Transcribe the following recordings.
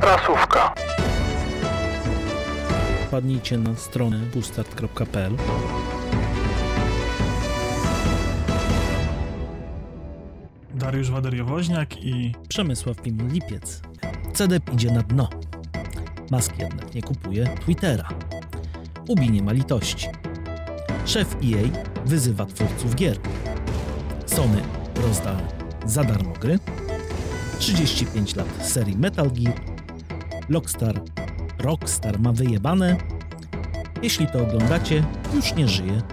Prasówka. Wpadnijcie na stronę bustart.pl. Dariusz Waderiowoźniak i Przemysław Pimin-Lipiec. CDEP idzie na dno. Musk jednak nie kupuje Twittera. Ubi nie ma litości. Szef EA wyzywa twórców gier. Sony rozda za darmo gry. 35 lat serii Metal Gear. Rockstar ma wyjebane. Jeśli to oglądacie, już nie żyje.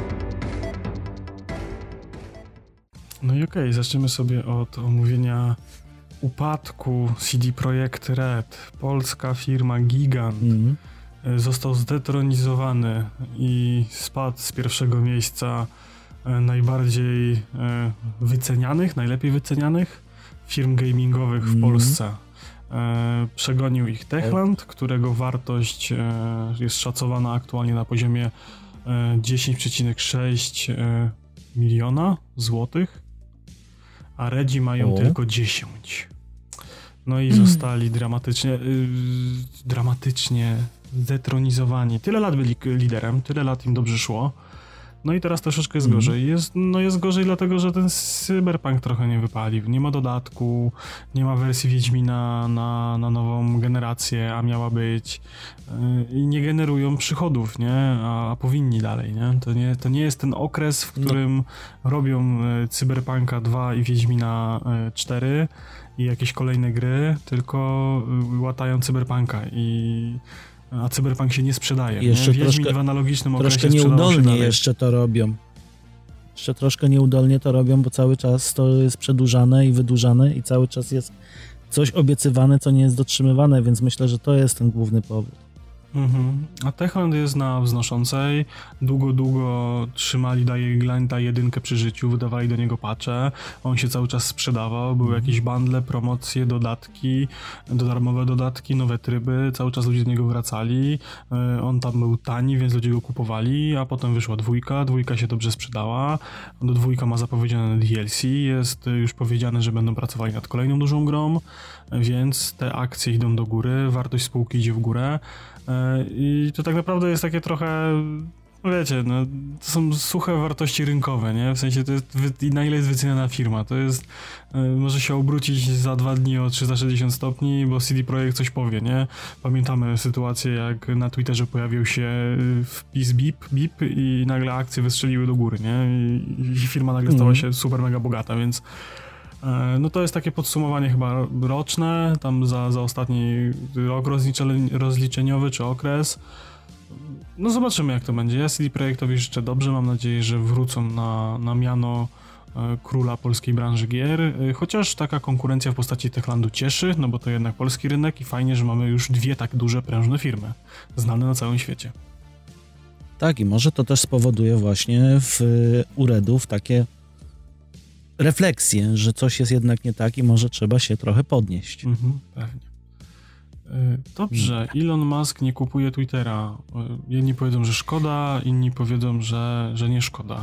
No i okej, zaczniemy sobie od omówienia upadku CD Projekt Red. Polska firma gigant został zdetronizowany i spadł z pierwszego miejsca najbardziej wycenianych, najlepiej wycenianych firm gamingowych w Polsce. Przegonił ich Techland, którego wartość jest szacowana aktualnie na poziomie 10,6 miliona złotych, a Redzi mają tylko 10. No i zostali dramatycznie zdetronizowani. Tyle lat byli liderem, tyle lat im dobrze szło. No i teraz troszeczkę jest gorzej. Jest gorzej dlatego, że ten Cyberpunk trochę nie wypalił. Nie ma dodatku, nie ma wersji Wiedźmina na nową generację, a miała być. I nie generują przychodów, nie? A powinni dalej, nie? To nie jest ten okres, w którym robią Cyberpunka 2 i Wiedźmina 4 i jakieś kolejne gry, tylko łatają Cyberpunka a Cyberpunk się nie sprzedaje. Jeszcze nie? Wiedźmin w analogicznym okresie troszkę nieudolnie jeszcze to robią. Jeszcze troszkę nieudolnie to robią, bo cały czas to jest przedłużane i wydłużane i cały czas jest coś obiecywane, co nie jest dotrzymywane, więc myślę, że to jest ten główny powód. A Techland jest na wznoszącej. Długo trzymali Dying 1 przy życiu, wydawali do niego patche. On się cały czas sprzedawał, były jakieś bundle, promocje, dodatki, darmowe dodatki, nowe tryby, cały czas ludzie do niego wracali. On tam był tani, więc ludzie go kupowali, a potem wyszła dwójka się dobrze sprzedała. Dwójka ma zapowiedziane DLC, jest już powiedziane, że będą pracowali nad kolejną dużą grą, więc te akcje idą do góry, wartość spółki idzie w górę. I to tak naprawdę jest takie trochę, wiecie, no, to są suche wartości rynkowe, nie? W sensie to jest, na ile jest wyceniana firma, to jest, może się obrócić za 2 dni o 360 stopni, bo CD Projekt coś powie, nie? Pamiętamy sytuację, jak na Twitterze pojawił się wpis BIP i nagle akcje wystrzeliły do góry, nie? I firma nagle stała się super mega bogata, więc no to jest takie podsumowanie chyba roczne, tam za ostatni rok rozliczeniowy czy okres. No zobaczymy, jak to będzie. Ja CD Projektowi życzę dobrze, mam nadzieję, że wrócą na miano króla polskiej branży gier, chociaż taka konkurencja w postaci Techlandu cieszy, no bo to jednak polski rynek i fajnie, że mamy już 2 tak duże prężne firmy, znane na całym świecie. Tak, i może to też spowoduje właśnie u Redów takie refleksję, że coś jest jednak nie tak i może trzeba się trochę podnieść. Pewnie. Dobrze, Elon Musk nie kupuje Twittera. Jedni powiedzą, że szkoda, inni powiedzą, że nie szkoda.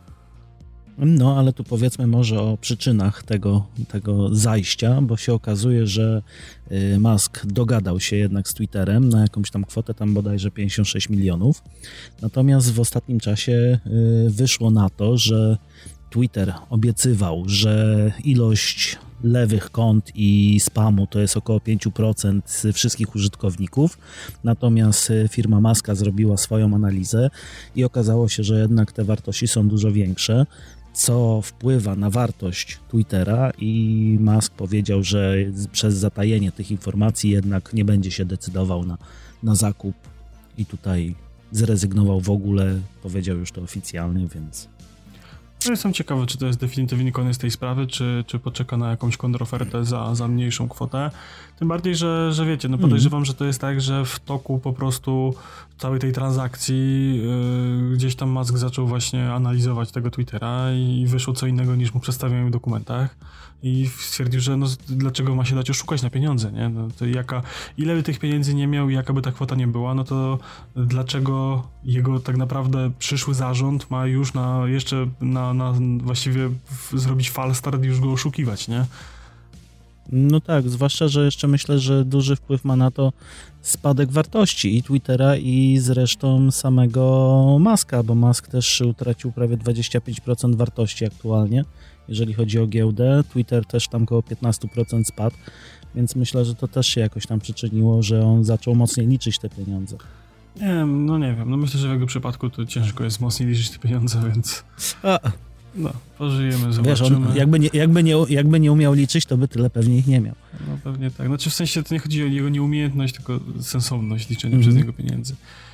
No, ale tu powiedzmy może o przyczynach tego zajścia, bo się okazuje, że Musk dogadał się jednak z Twitterem na jakąś tam kwotę, tam bodajże 56 milionów. Natomiast w ostatnim czasie wyszło na to, że Twitter obiecywał, że ilość lewych kont i spamu to jest około 5% wszystkich użytkowników, natomiast firma Muska zrobiła swoją analizę i okazało się, że jednak te wartości są dużo większe, co wpływa na wartość Twittera i Musk powiedział, że przez zatajenie tych informacji jednak nie będzie się decydował na zakup i tutaj zrezygnował w ogóle, powiedział już to oficjalnie, więc... Ja jestem ciekawy, czy to jest definitywny koniec tej sprawy, czy poczeka na jakąś kontrofertę za mniejszą kwotę. Tym bardziej, że wiecie, no podejrzewam, że to jest tak, że w toku po prostu całej tej transakcji gdzieś tam Musk zaczął właśnie analizować tego Twittera i wyszło co innego niż mu przedstawiają w dokumentach i stwierdził, że no dlaczego ma się dać oszukać na pieniądze, nie? No to ile by tych pieniędzy nie miał i jaka by ta kwota nie była, no to dlaczego jego tak naprawdę przyszły zarząd ma już właściwie zrobić falstart i już go oszukiwać, nie? No tak, zwłaszcza, że jeszcze myślę, że duży wpływ ma na to spadek wartości i Twittera, i zresztą samego Muska, bo Musk też utracił prawie 25% wartości aktualnie, jeżeli chodzi o giełdę. Twitter też tam około 15% spadł, więc myślę, że to też się jakoś tam przyczyniło, że on zaczął mocniej liczyć te pieniądze. Nie wiem, no myślę, że w jego przypadku to ciężko jest mocniej liczyć te pieniądze, więc... No, pożyjemy, zobaczymy. Wiesz, on jakby nie umiał liczyć, to by tyle pewnie ich nie miał. No pewnie tak. Znaczy w sensie to nie chodzi o jego nieumiejętność, tylko sensowność liczenia przez niego pieniędzy.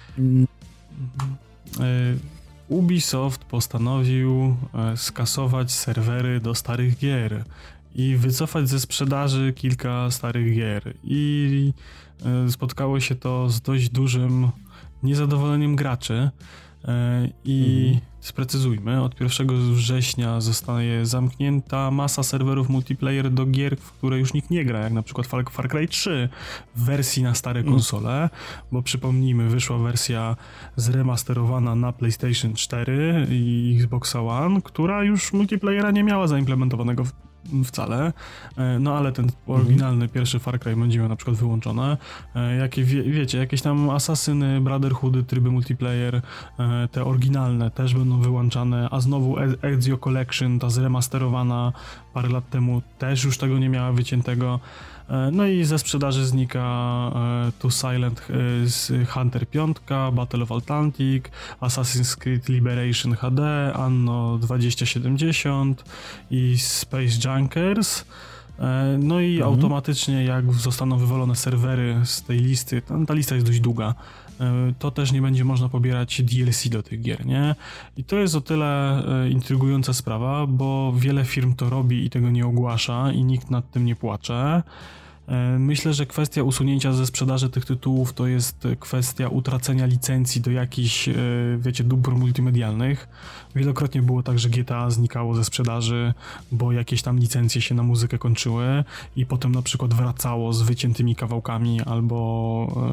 Ubisoft postanowił skasować serwery do starych gier i wycofać ze sprzedaży kilka starych gier. I spotkało się to z dość dużym niezadowoleniem graczy. I sprecyzujmy, od 1 września zostaje zamknięta masa serwerów multiplayer do gier, w które już nikt nie gra, jak na przykład Far Cry 3 w wersji na stare konsole, bo przypomnijmy, wyszła wersja zremasterowana na PlayStation 4 i Xbox One, która już multiplayera nie miała zaimplementowanego wcale, no ale ten oryginalny pierwszy Far Cry będzie miał na przykład wyłączone. Wiecie, jakieś tam Assassiny, Brotherhoody, tryby multiplayer, te oryginalne też będą wyłączane, a znowu Ezio Collection, ta zremasterowana parę lat temu, też już tego nie miała wyciętego. No i ze sprzedaży znika To Silent Hunter 5, Battle of Atlantic, Assassin's Creed Liberation HD, Anno 2070 i Space Junkers. No i automatycznie, jak zostaną wywalone serwery z tej listy, ta lista jest dość długa, to też nie będzie można pobierać DLC do tych gier, nie? I to jest o tyle intrygująca sprawa, bo wiele firm to robi i tego nie ogłasza i nikt nad tym nie płacze. Myślę, że kwestia usunięcia ze sprzedaży tych tytułów to jest kwestia utracenia licencji do jakichś, wiecie, dóbr multimedialnych. Wielokrotnie było tak, że GTA znikało ze sprzedaży, bo jakieś tam licencje się na muzykę kończyły i potem na przykład wracało z wyciętymi kawałkami albo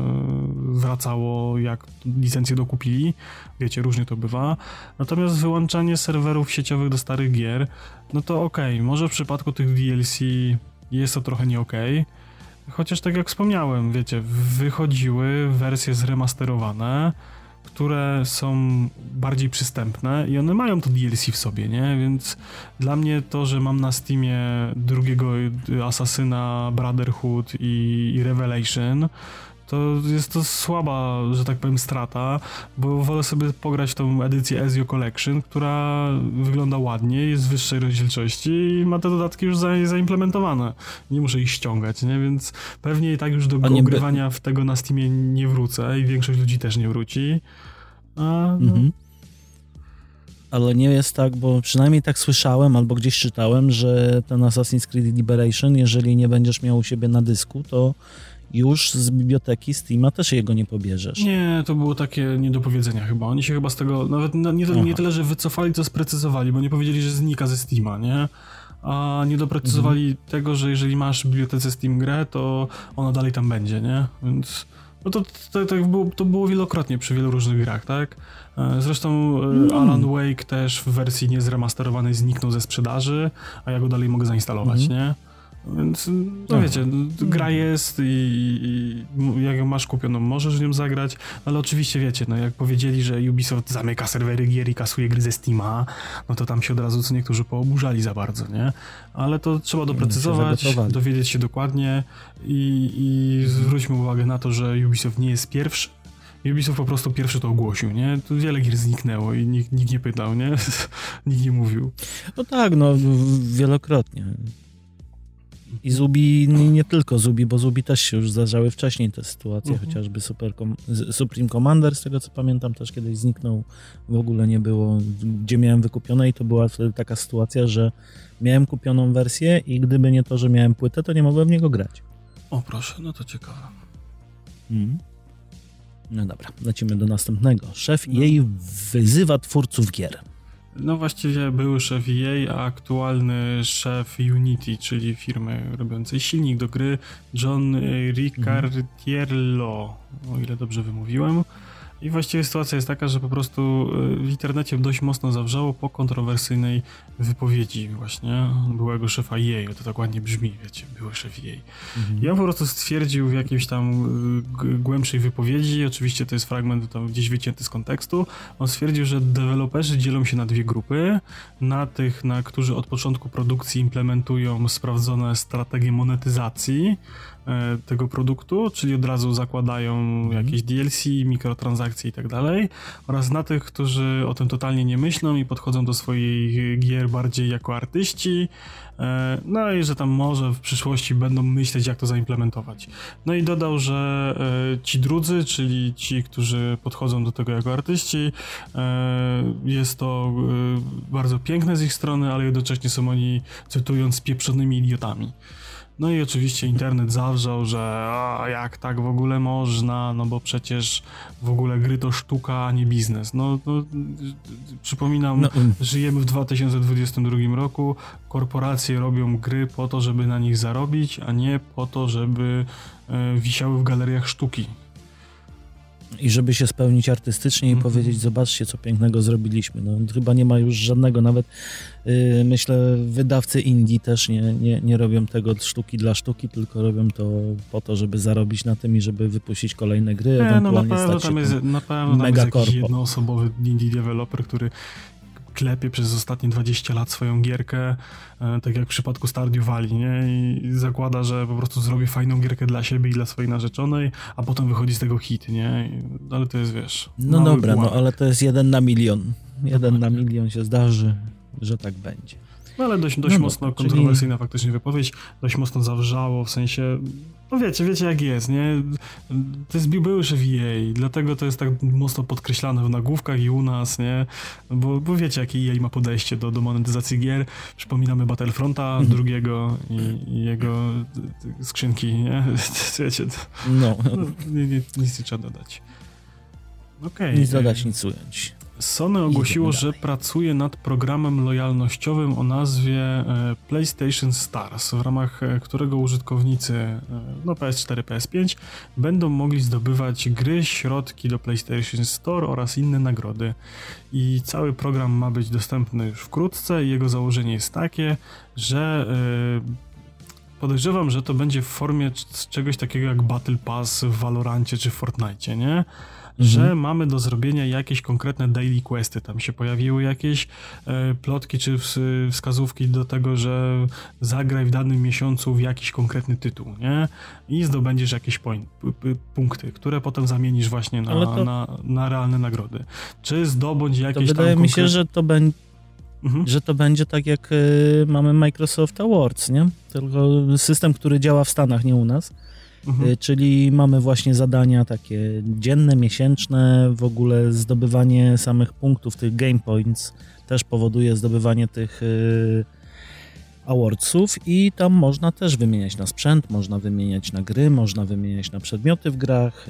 wracało jak licencje dokupili. Wiecie, różnie to bywa. Natomiast wyłączanie serwerów sieciowych do starych gier, no to okej, może w przypadku tych DLC jest to trochę nie okej. Chociaż tak jak wspomniałem, wiecie, wychodziły wersje zremasterowane, które są bardziej przystępne i one mają to DLC w sobie, nie? Więc dla mnie to, że mam na Steamie drugiego Assassina, Brotherhood i Revelation, to jest to słaba, że tak powiem, strata, bo wolę sobie pograć w tą edycję Ezio Collection, która wygląda ładnie, jest wyższej rozdzielczości i ma te dodatki już zaimplementowane. Nie muszę ich ściągać, nie? Więc pewnie i tak już do ogrywania w tego na Steamie nie wrócę i większość ludzi też nie wróci. Ale nie jest tak, bo przynajmniej tak słyszałem albo gdzieś czytałem, że ten Assassin's Creed Liberation, jeżeli nie będziesz miał u siebie na dysku, to już z biblioteki Steama też jego nie pobierzesz. Nie, to było takie niedopowiedzenia chyba. Oni się chyba z tego, nawet nie tyle, że wycofali, co sprecyzowali, bo nie powiedzieli, że znika ze Steama, nie? A nie doprecyzowali tego, że jeżeli masz w bibliotece Steam grę, to ona dalej tam będzie, nie? Więc no to było wielokrotnie przy wielu różnych grach, tak? Zresztą Alan Wake też w wersji niezremasterowanej zniknął ze sprzedaży, a ja go dalej mogę zainstalować, nie? Więc, no wiecie, gra jest i jak ją masz kupioną, możesz nią zagrać, ale oczywiście wiecie, no jak powiedzieli, że Ubisoft zamyka serwery gier i kasuje gry ze Steama, no to tam się od razu co niektórzy pooburzali za bardzo, nie? Ale to trzeba doprecyzować, dowiedzieć się dokładnie i zwróćmy uwagę na to, że Ubisoft nie jest pierwszy. Ubisoft po prostu pierwszy to ogłosił, nie? Tu wiele gier zniknęło i nikt nie pytał, nie? Nikt nie mówił. No tak, no wielokrotnie. I z Ubi, nie tylko z Ubi, bo z Ubi też się już zdarzały wcześniej te sytuacje, chociażby Supreme Commander, z tego co pamiętam, też kiedyś zniknął, w ogóle nie było, gdzie miałem wykupione i to była wtedy taka sytuacja, że miałem kupioną wersję i gdyby nie to, że miałem płytę, to nie mogłem w niego grać. O proszę, no to ciekawe. No dobra, lecimy do następnego. Szef EA wyzywa twórców gier. No właściwie były szef EA, a aktualny szef Unity, czyli firmy robiącej silnik do gry, John Riccitiello, o ile dobrze wymówiłem, I właściwie sytuacja jest taka, że po prostu w internecie dość mocno zawrzało po kontrowersyjnej wypowiedzi właśnie byłego szefa EA. To tak ładnie brzmi, wiecie, były szef EA. I on po prostu stwierdził w jakiejś tam głębszej wypowiedzi, oczywiście to jest fragment tam gdzieś wycięty z kontekstu, on stwierdził, że deweloperzy dzielą się na dwie grupy. Na tych, którzy od początku produkcji implementują sprawdzone strategie monetyzacji tego produktu, czyli od razu zakładają jakieś DLC, mikrotransakcje i tak dalej, oraz na tych, którzy o tym totalnie nie myślą i podchodzą do swoich gier bardziej jako artyści, no i że tam może w przyszłości będą myśleć, jak to zaimplementować. No i dodał, że ci drudzy, czyli ci, którzy podchodzą do tego jako artyści, jest to bardzo piękne z ich strony, ale jednocześnie są oni, cytując, spieprzonymi idiotami. No i oczywiście internet zawrzał, że jak tak w ogóle można, no bo przecież w ogóle gry to sztuka, a nie biznes. No przypominam, żyjemy w 2022 roku, korporacje robią gry po to, żeby na nich zarobić, a nie po to, żeby wisiały w galeriach sztuki. I żeby się spełnić artystycznie i powiedzieć, zobaczcie, co pięknego zrobiliśmy. No, chyba nie ma już żadnego, nawet myślę, wydawcy indie też nie robią tego sztuki dla sztuki, tylko robią to po to, żeby zarobić na tym i żeby wypuścić kolejne gry, ewentualnie stać się na pewno tam jest jakiś jednoosobowy indie developer, który klepie przez ostatnie 20 lat swoją gierkę, tak jak w przypadku Stardew Valley, nie? I zakłada, że po prostu zrobię fajną gierkę dla siebie i dla swojej narzeczonej, a potem wychodzi z tego hit, nie? Ale to jest, wiesz... No dobra, pułapek. No ale to jest 1 na milion. 1 na milion się zdarzy, że tak będzie. No ale dość mocno kontrowersyjna faktycznie wypowiedź, dość mocno zawrzało, w sensie... No wiecie jak jest, nie? To jest były szef EA, dlatego to jest tak mocno podkreślane w nagłówkach i u nas, nie? Bo wiecie, jakie EA ma podejście do monetyzacji gier. Przypominamy Battlefronta drugiego i jego skrzynki, nie? Wiecie, nic nie trzeba dodać. Nic dodać, nic ująć. Sony ogłosiło, że pracuje nad programem lojalnościowym o nazwie PlayStation Stars, w ramach którego użytkownicy PS4, PS5 będą mogli zdobywać gry, środki do PlayStation Store oraz inne nagrody. I cały program ma być dostępny już wkrótce i jego założenie jest takie, że podejrzewam, że to będzie w formie czegoś takiego jak Battle Pass w Valorancie czy w Fortnite, nie? Że mamy do zrobienia jakieś konkretne daily questy. Tam się pojawiły jakieś plotki czy wskazówki do tego, że zagraj w danym miesiącu w jakiś konkretny tytuł, nie? I zdobędziesz jakieś punkty, które potem zamienisz właśnie na realne nagrody. Czy zdobądź jakieś to wydaje mi się, że to będzie tak jak mamy Microsoft Awards, nie? Tylko system, który działa w Stanach, nie u nas. Czyli mamy właśnie zadania takie dzienne, miesięczne, w ogóle zdobywanie samych punktów, tych game points też powoduje zdobywanie tych awardsów i tam można też wymieniać na sprzęt, można wymieniać na gry, można wymieniać na przedmioty w grach,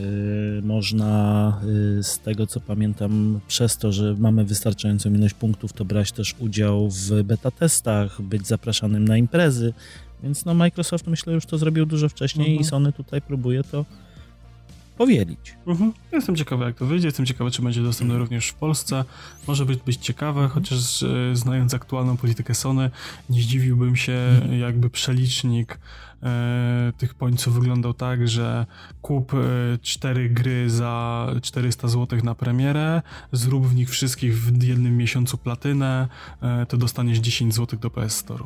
można z tego co pamiętam przez to, że mamy wystarczającą ilość punktów, to brać też udział w beta testach, być zapraszanym na imprezy. Więc Microsoft myślę już to zrobił dużo wcześniej i Sony tutaj próbuje to powielić. Jestem ciekawy jak to wyjdzie, jestem ciekawy czy będzie dostępne również w Polsce. Może być ciekawe, chociaż znając aktualną politykę Sony nie zdziwiłbym się jakby przelicznik tych pońców wyglądał tak, że kup 4 gry za 400 zł na premierę, zrób w nich wszystkich w jednym miesiącu platynę, to dostaniesz 10 zł do PS Store'u.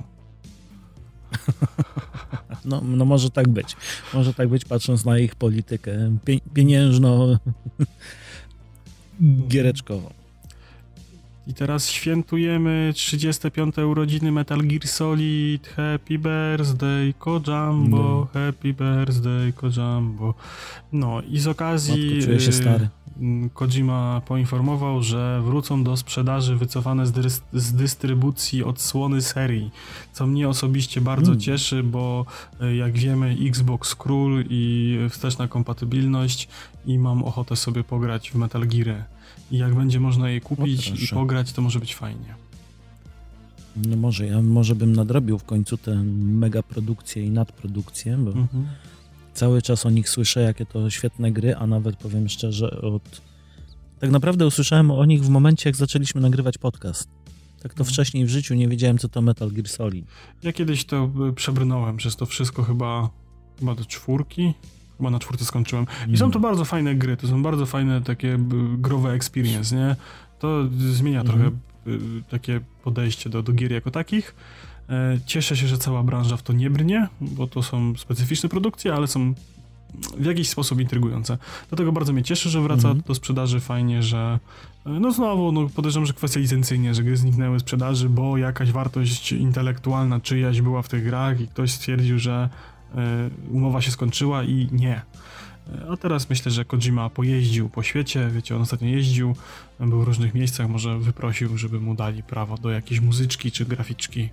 No może tak być. Może tak być, patrząc na ich politykę pieniężno-giereczkową. I teraz świętujemy 35. urodziny Metal Gear Solid. Happy birthday Kojambo, happy birthday Kojambo. No i z okazji Matko, czuję się stary. Kojima poinformował, że wrócą do sprzedaży wycofane z dystrybucji odsłony serii, co mnie osobiście bardzo cieszy, bo jak wiemy Xbox Król i wsteczna kompatybilność i mam ochotę sobie pograć w Metal Geary. I jak będzie można je kupić i pograć, to może być fajnie. No może bym nadrobił w końcu tę mega produkcję i nadprodukcję, bo cały czas o nich słyszę, jakie to świetne gry, a nawet powiem szczerze, od tak naprawdę usłyszałem o nich w momencie, jak zaczęliśmy nagrywać podcast. Tak to wcześniej w życiu nie wiedziałem, co to Metal Gear Solid. Ja kiedyś to przebrnąłem przez to wszystko chyba do 4. Chyba na 4 skończyłem. I są to bardzo fajne gry, to są bardzo fajne takie growe experience, nie? To zmienia trochę takie podejście do gier jako takich. Cieszę się, że cała branża w to nie brnie, bo to są specyficzne produkcje, ale są w jakiś sposób intrygujące. Dlatego bardzo mnie cieszy, że wraca do sprzedaży. Fajnie, że znowu podejrzewam, że kwestia licencyjna, że gry zniknęły z sprzedaży, bo jakaś wartość intelektualna czyjaś była w tych grach i ktoś stwierdził, że umowa się skończyła i nie. A teraz myślę, że Kojima pojeździł po świecie, wiecie, on ostatnio jeździł, był w różnych miejscach, może wyprosił, żeby mu dali prawo do jakiejś muzyczki czy graficzki.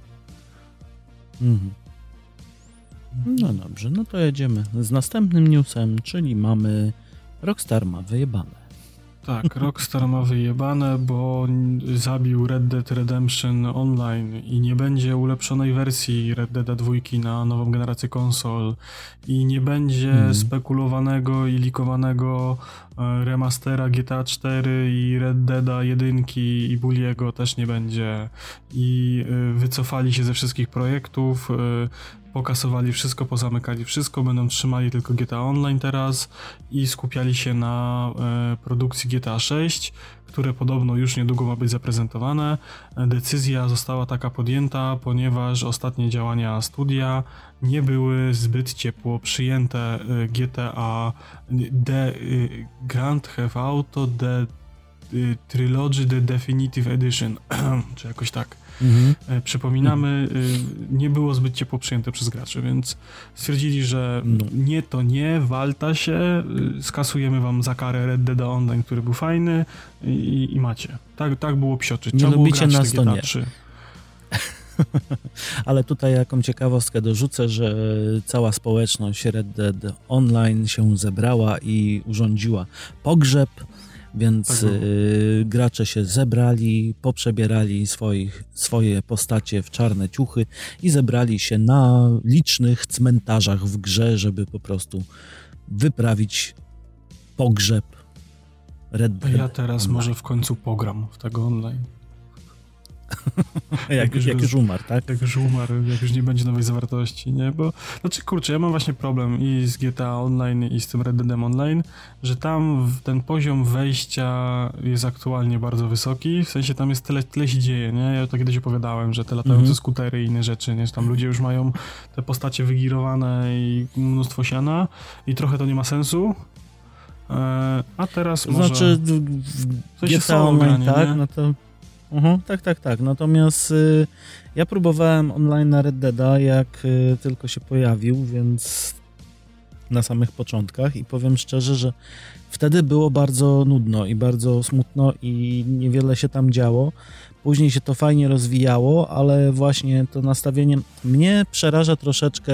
No dobrze, no to jedziemy z następnym newsem, czyli mamy Rockstar ma wyjebane. Tak, Rockstar ma wyjebane, bo zabił Red Dead Redemption Online i nie będzie ulepszonej wersji Red Dead 2 na nową generację konsol i nie będzie spekulowanego i likowanego remastera GTA 4 i Red Deada 1 i Bulliego też nie będzie i wycofali się ze wszystkich projektów, pokasowali wszystko, pozamykali wszystko, będą trzymali tylko GTA Online teraz i skupiali się na produkcji GTA 6, które podobno już niedługo ma być zaprezentowane. Decyzja została taka podjęta, ponieważ ostatnie działania studia nie były zbyt ciepło przyjęte. GTA The Grand Theft Auto The Trilogy The Definitive Edition, czy jakoś tak. Przypominamy, nie było zbyt ciepło przyjęte przez graczy, więc stwierdzili, że nie, walta się, skasujemy wam za karę Red Dead Online, który był fajny i macie. Tak było psioczyć. Nie lubicie nas, to nie. 3. Ale tutaj jaką ciekawostkę dorzucę, że cała społeczność Red Dead Online się zebrała i urządziła pogrzeb, więc gracze się zebrali, poprzebierali swoje postacie w czarne ciuchy i zebrali się na licznych cmentarzach w grze, żeby po prostu wyprawić pogrzeb Red Dead. Ja teraz online. Może w końcu pogram w tego online. jak już umarł, tak? Jak już umarł, jak już nie będzie nowej zawartości, nie? Bo, znaczy kurczę, ja mam właśnie problem i z GTA Online i z tym Red Deadem Online, że tam ten poziom wejścia jest aktualnie bardzo wysoki, w sensie tam jest tyle się dzieje, nie? Ja to kiedyś opowiadałem, że te latające skutery i inne rzeczy, nie? Że tam ludzie już mają te postacie wygirowane i mnóstwo siana i trochę to nie ma sensu. A teraz może... Znaczy w GTA Online, tak? Nie? No to... tak. Natomiast ja próbowałem online na Red Deada, jak tylko się pojawił, więc na samych początkach i powiem szczerze, że wtedy było bardzo nudno i bardzo smutno i niewiele się tam działo. Później się to fajnie rozwijało, ale właśnie to nastawienie mnie przeraża troszeczkę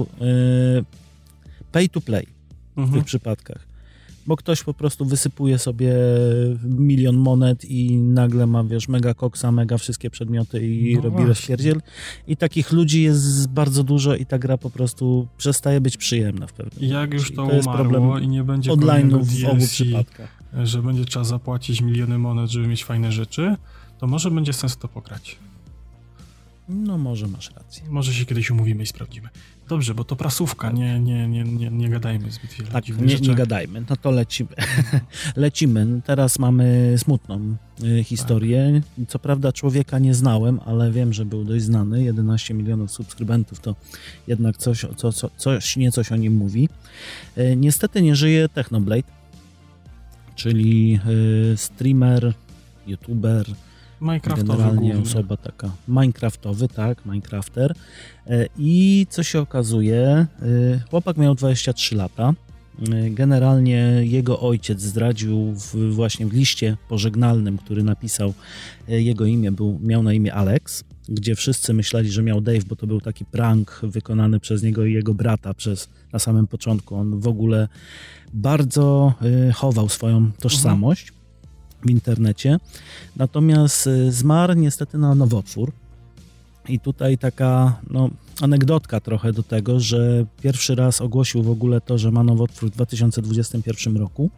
pay to play w tych przypadkach. Bo ktoś po prostu wysypuje sobie 1 000 000 monet i nagle ma, wiesz, mega koksa, mega wszystkie przedmioty i robi rozpierdziel. I takich ludzi jest bardzo dużo i ta gra po prostu przestaje być przyjemna w pewnym momencie. Jak już to umarło i nie będzie online'u w obu przypadkach. Że będzie trzeba zapłacić miliony monet, żeby mieć fajne rzeczy, to może będzie sens to pograć. No może masz rację. Może się kiedyś umówimy i sprawdzimy. Dobrze, bo to prasówka, nie gadajmy zbyt wiele. Tak, nie gadajmy, no to lecimy. Lecimy. Teraz mamy smutną historię. Tak. Co prawda człowieka nie znałem, ale wiem, że był dość znany. 11 milionów subskrybentów to jednak coś o nim mówi. Niestety nie żyje Technoblade, czyli streamer, youtuber, generalnie głównie. Osoba taka minecraftowy, tak, minecrafter. I co się okazuje, chłopak miał 23 lata. Generalnie jego ojciec zdradził właśnie w liście pożegnalnym, który napisał jego imię, miał na imię Alex, gdzie wszyscy myśleli, że miał Dave, bo to był taki prank wykonany przez niego i jego brata na samym początku. On w ogóle bardzo chował swoją tożsamość w internecie, natomiast zmarł niestety na nowotwór i tutaj taka, anegdotka trochę do tego, że pierwszy raz ogłosił w ogóle to, że ma nowotwór w 2021 roku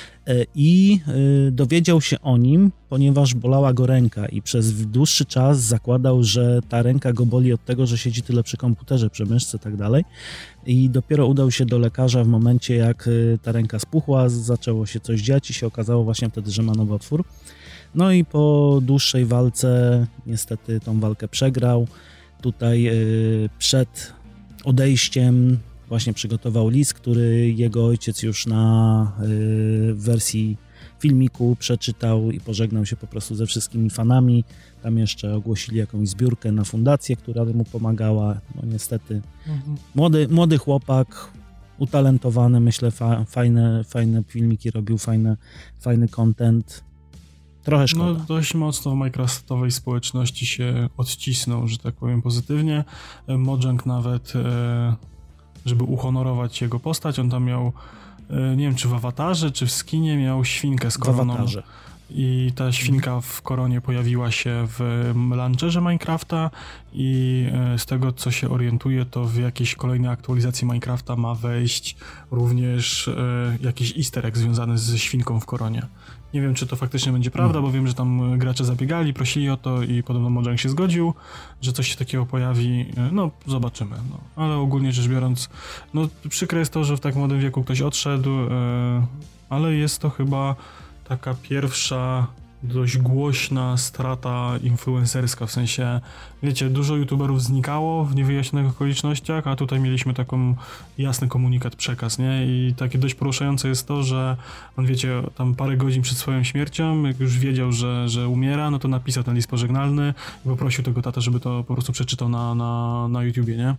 i dowiedział się o nim, ponieważ bolała go ręka i przez dłuższy czas zakładał, że ta ręka go boli od tego, że siedzi tyle przy komputerze, przy myszce i tak dalej. I dopiero udał się do lekarza w momencie, jak ta ręka spuchła, zaczęło się coś dziać i się okazało właśnie wtedy, że ma nowotwór. No i po dłuższej walce niestety tą walkę przegrał. Tutaj przed odejściem właśnie przygotował list, który jego ojciec już na wersji filmiku przeczytał i pożegnał się po prostu ze wszystkimi fanami. Tam jeszcze ogłosili jakąś zbiórkę na fundację, która mu pomagała. No niestety młody chłopak, utalentowany, myślę, fajne filmiki robił, fajny content. Trochę szkoda. No dość mocno w Minecraftowej społeczności się odcisnął, że tak powiem pozytywnie. Mojang nawet, żeby uhonorować jego postać, on tam miał, nie wiem czy w awatarze, czy w skinie miał świnkę z koroną. W awatarze. I ta świnka w koronie pojawiła się w launcherze Minecrafta i z tego co się orientuję, to w jakiejś kolejnej aktualizacji Minecrafta ma wejść również jakiś easter egg związany ze świnką w koronie. Nie wiem, czy to faktycznie będzie prawda, bo wiem, że tam gracze zabiegali, prosili o to i podobno Mojang się zgodził, że coś się takiego pojawi. No, zobaczymy. No. Ale ogólnie rzecz biorąc, no przykre jest to, że w tak młodym wieku ktoś odszedł, ale jest to chyba taka pierwsza dość głośna strata influencerska, w sensie, wiecie, dużo youtuberów znikało w niewyjaśnionych okolicznościach, a tutaj mieliśmy taką jasny komunikat, przekaz, nie? I takie dość poruszające jest to, że on, wiecie, tam parę godzin przed swoją śmiercią, jak już wiedział, że umiera, no to napisał ten list pożegnalny i poprosił tego tatę, żeby to po prostu przeczytał na YouTubie, nie?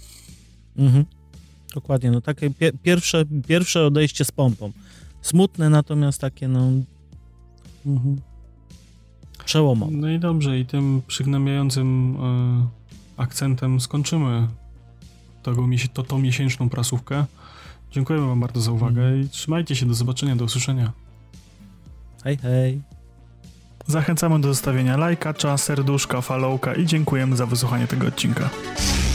Dokładnie, no takie pierwsze odejście z pompą. Smutne, natomiast takie, no... przełomowe. No i dobrze, i tym przygnębiającym akcentem skończymy tą miesięczną prasówkę. Dziękujemy wam bardzo za uwagę i trzymajcie się, do zobaczenia, do usłyszenia. Hej, hej. Zachęcamy do zostawienia lajka, serduszka, followka i dziękujemy za wysłuchanie tego odcinka.